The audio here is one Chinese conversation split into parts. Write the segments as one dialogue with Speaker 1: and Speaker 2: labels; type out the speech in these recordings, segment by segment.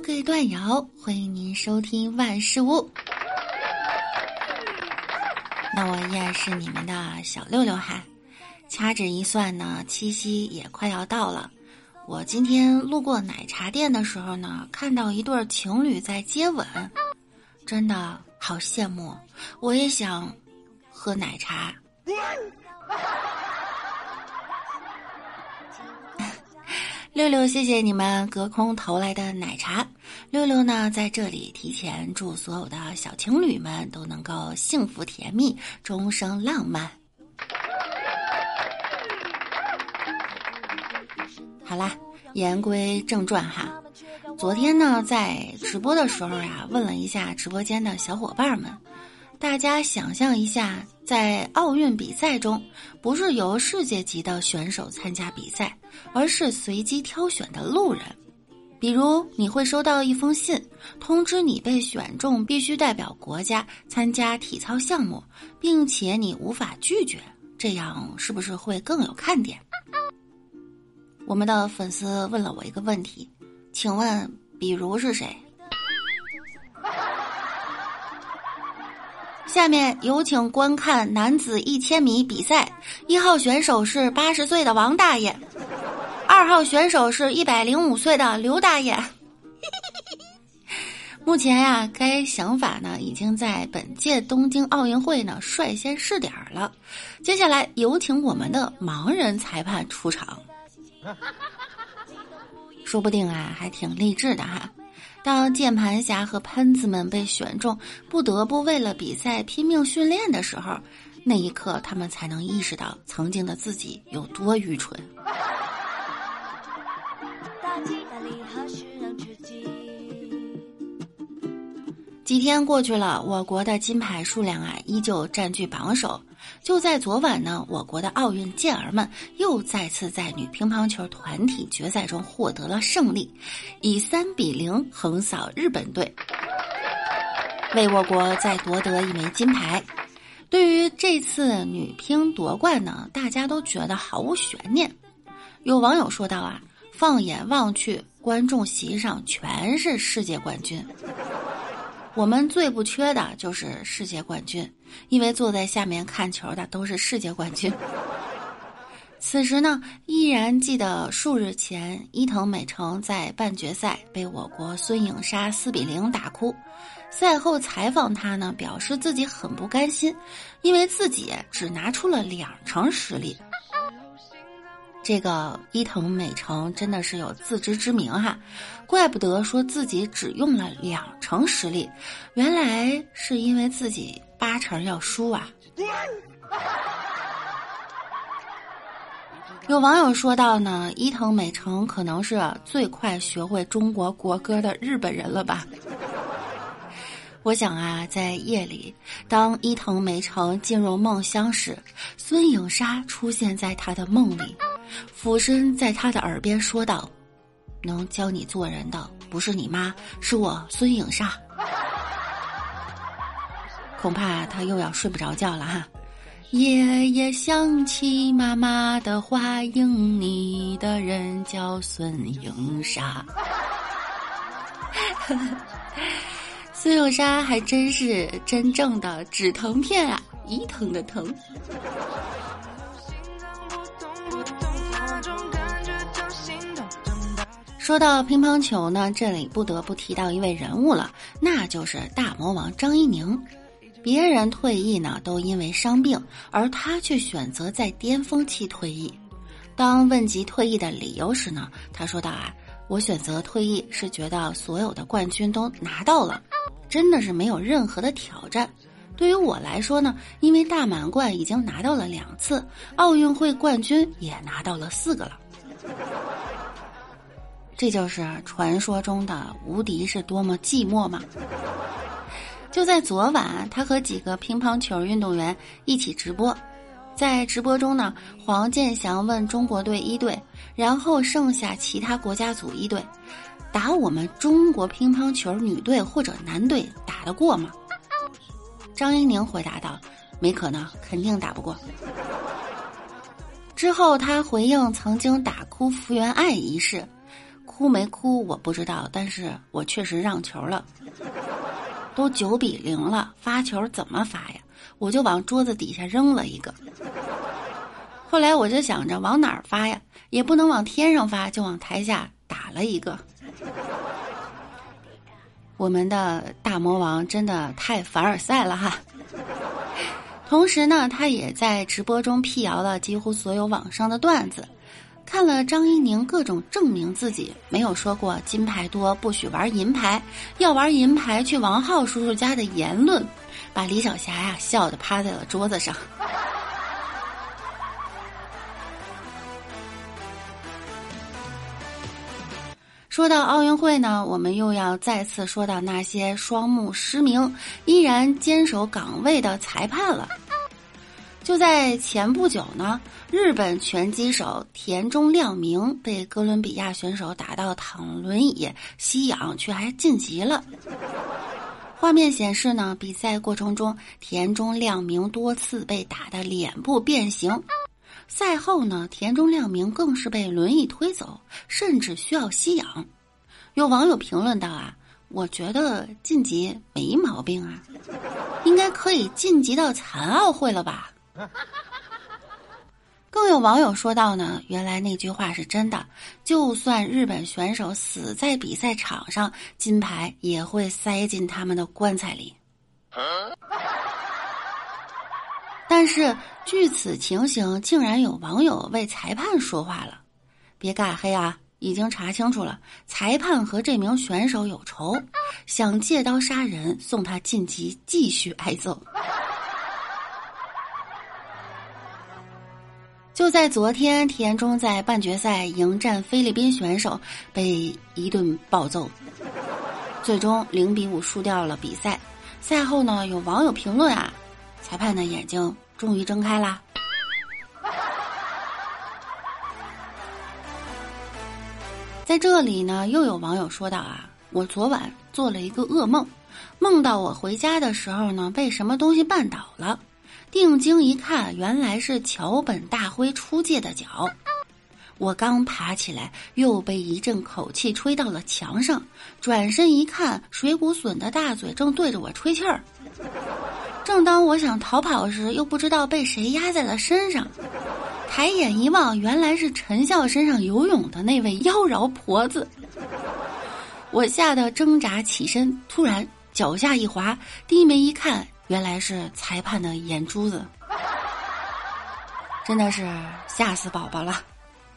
Speaker 1: 各位段友，欢迎您收听万事屋。那我依然是你们的小六六哈。掐指一算呢，七夕也快要到了。我今天路过奶茶店的时候呢，看到一对情侣在接吻，真的好羡慕，我也想喝奶茶。六六，谢谢你们隔空投来的奶茶。六六呢，在这里提前祝所有的小情侣们都能够幸福甜蜜，终生浪漫。好啦，言归正传哈。昨天呢，在直播的时候呀，问了一下直播间的小伙伴们，大家想象一下，在奥运比赛中，不是由世界级的选手参加比赛，而是随机挑选的路人。比如你会收到一封信，通知你被选中必须代表国家参加体操项目，并且你无法拒绝，这样是不是会更有看点？我们的粉丝问了我一个问题，请问比如是谁？下面有请观看男子1000米比赛，1号选手是80岁的王大爷，2号选手是105岁的刘大爷。目前呀，该想法呢已经在本届东京奥运会呢率先试点了。接下来有请我们的盲人裁判出场，说不定啊还挺励志的哈。当键盘侠和喷子们被选中，不得不为了比赛拼命训练的时候，那一刻他们才能意识到曾经的自己有多愚蠢。几天过去了，我国的金牌数量啊依旧占据榜首。就在昨晚呢，我国的奥运健儿们又再次在女乒乓球团体决赛中获得了胜利，以3-0横扫日本队，为我国再夺得一枚金牌。对于这次女乒夺冠呢，大家都觉得毫无悬念。有网友说道啊，放眼望去，观众席上全是世界冠军。我们最不缺的就是世界冠军，因为坐在下面看球的都是世界冠军。此时呢，依然记得数日前伊藤美诚在半决赛被我国孙颖莎4-0打哭。赛后采访她呢，表示自己很不甘心，因为自己只拿出了2成实力。这个伊藤美诚真的是有自知之明哈，怪不得说自己只用了2成实力，原来是因为自己8成要输啊。有网友说到呢，伊藤美诚可能是最快学会中国国歌的日本人了吧。我想啊，在夜里，当伊藤美诚进入梦乡时，孙颖莎出现在他的梦里，俯身在他的耳边说道，能教你做人的不是你妈，是我孙颖莎。恐怕他又要睡不着觉了哈。夜夜想起妈妈的话，应你的人叫孙颖莎。孙颖莎还真是真正的止疼片啊，一疼的疼。说到乒乓球呢，这里不得不提到一位人物了，那就是大魔王张怡宁。别人退役呢都因为伤病，而他却选择在巅峰期退役。当问及退役的理由时呢，他说道啊，我选择退役是觉得所有的冠军都拿到了，真的是没有任何的挑战。对于我来说呢，因为大满贯已经拿到了2次，奥运会冠军也拿到了4个了。这就是传说中的无敌是多么寂寞吗？就在昨晚，他和几个乒乓球运动员一起直播。在直播中呢，黄健翔问中国队1队，然后剩下其他国家组1队，打我们中国乒乓球女队或者男队打得过吗？张怡宁回答道，没可能，肯定打不过。之后他回应曾经打哭福原爱一事，哭哭没哭我不知道，但是我确实让球了。都9-0了，发球怎么发呀？我就往桌子底下扔了一个。后来我就想着往哪儿发呀，也不能往天上发，就往台下打了一个。我们的大魔王真的太凡尔赛了哈。同时呢，他也在直播中辟谣了几乎所有网上的段子，看了张怡宁各种证明自己没有说过金牌多不许玩银牌，要玩银牌去王浩叔叔家的言论，把李小霞呀笑得趴在了桌子上。说到奥运会呢，我们又要再次说到那些双目失明依然坚守岗位的裁判了。就在前不久呢，日本拳击手田中亮明被哥伦比亚选手打到躺轮椅吸氧，却还晋级了。画面显示呢，比赛过程中田中亮明多次被打得脸部变形。赛后呢，田中亮明更是被轮椅推走，甚至需要吸氧。有网友评论道啊，我觉得晋级没毛病啊，应该可以晋级到残奥会了吧。更有网友说到呢，原来那句话是真的，就算日本选手死在比赛场上，金牌也会塞进他们的棺材里。但是据此情形，竟然有网友为裁判说话了。别尬黑啊，已经查清楚了，裁判和这名选手有仇，想借刀杀人，送他晋级继续挨揍。就在昨天，田中在半决赛迎战菲律宾选手，被一顿暴揍，最终0-5输掉了比赛。赛后呢，有网友评论啊，裁判的眼睛终于睁开啦。在这里呢，又有网友说道啊，我昨晚做了一个噩梦，梦到我回家的时候呢，被什么东西绊倒了。定睛一看，原来是桥本大辉出界的脚。我刚爬起来，又被一阵口气吹到了墙上，转身一看，水谷隼的大嘴正对着我吹气儿。正当我想逃跑时，又不知道被谁压在了身上。抬眼一望，原来是陈笑身上游泳的那位妖娆婆子。我吓得挣扎起身，突然脚下一滑，低眉一看，原来是裁判的眼珠子，真的是吓死宝宝了。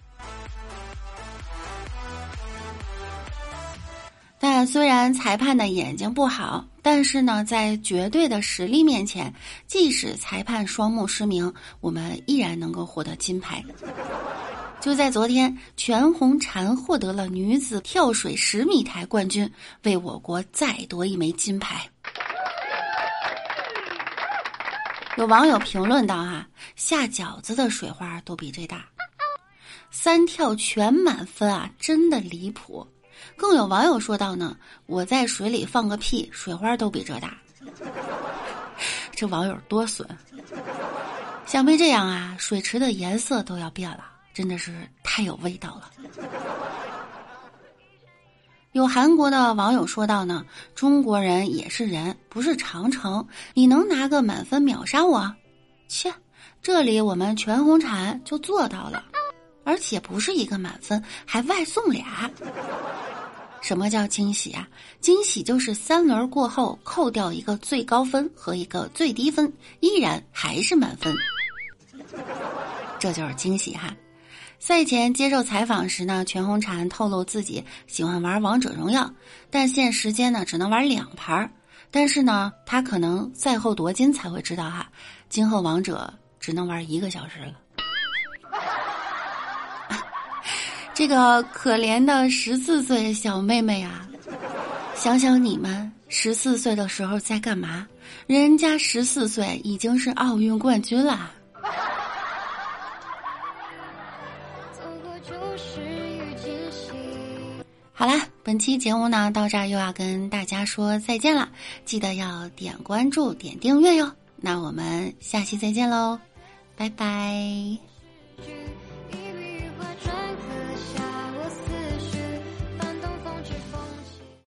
Speaker 1: 但虽然裁判的眼睛不好，但是呢，在绝对的实力面前，即使裁判双目失明，我们依然能够获得金牌。就在昨天，全红婵获得了女子跳水10米台冠军，为我国再夺一枚金牌。有网友评论道哈，下饺子的水花都比这大，3跳全满分啊，真的离谱。更有网友说到呢，我在水里放个屁，水花都比这大。这网友多损，想必这样啊，水池的颜色都要变了，真的是太有味道了。有韩国的网友说到呢，中国人也是人，不是长城，你能拿个满分秒杀我？切，这里我们全红婵就做到了，而且不是一个满分，还外送俩。什么叫惊喜啊？惊喜就是3轮过后扣掉一个最高分和一个最低分，依然还是满分，这就是惊喜哈。赛前接受采访时呢，全红婵透露自己喜欢玩王者荣耀，但限时间呢只能玩2盘，但是呢他可能赛后夺金才会知道哈，今后王者只能玩1个小时了。这个可怜的14岁小妹妹啊，想想你们14岁的时候在干嘛？人家14岁已经是奥运冠军啦。好啦，本期节目呢到这儿又要跟大家说再见了，记得要点关注点订阅哟。那我们下期再见喽，拜拜。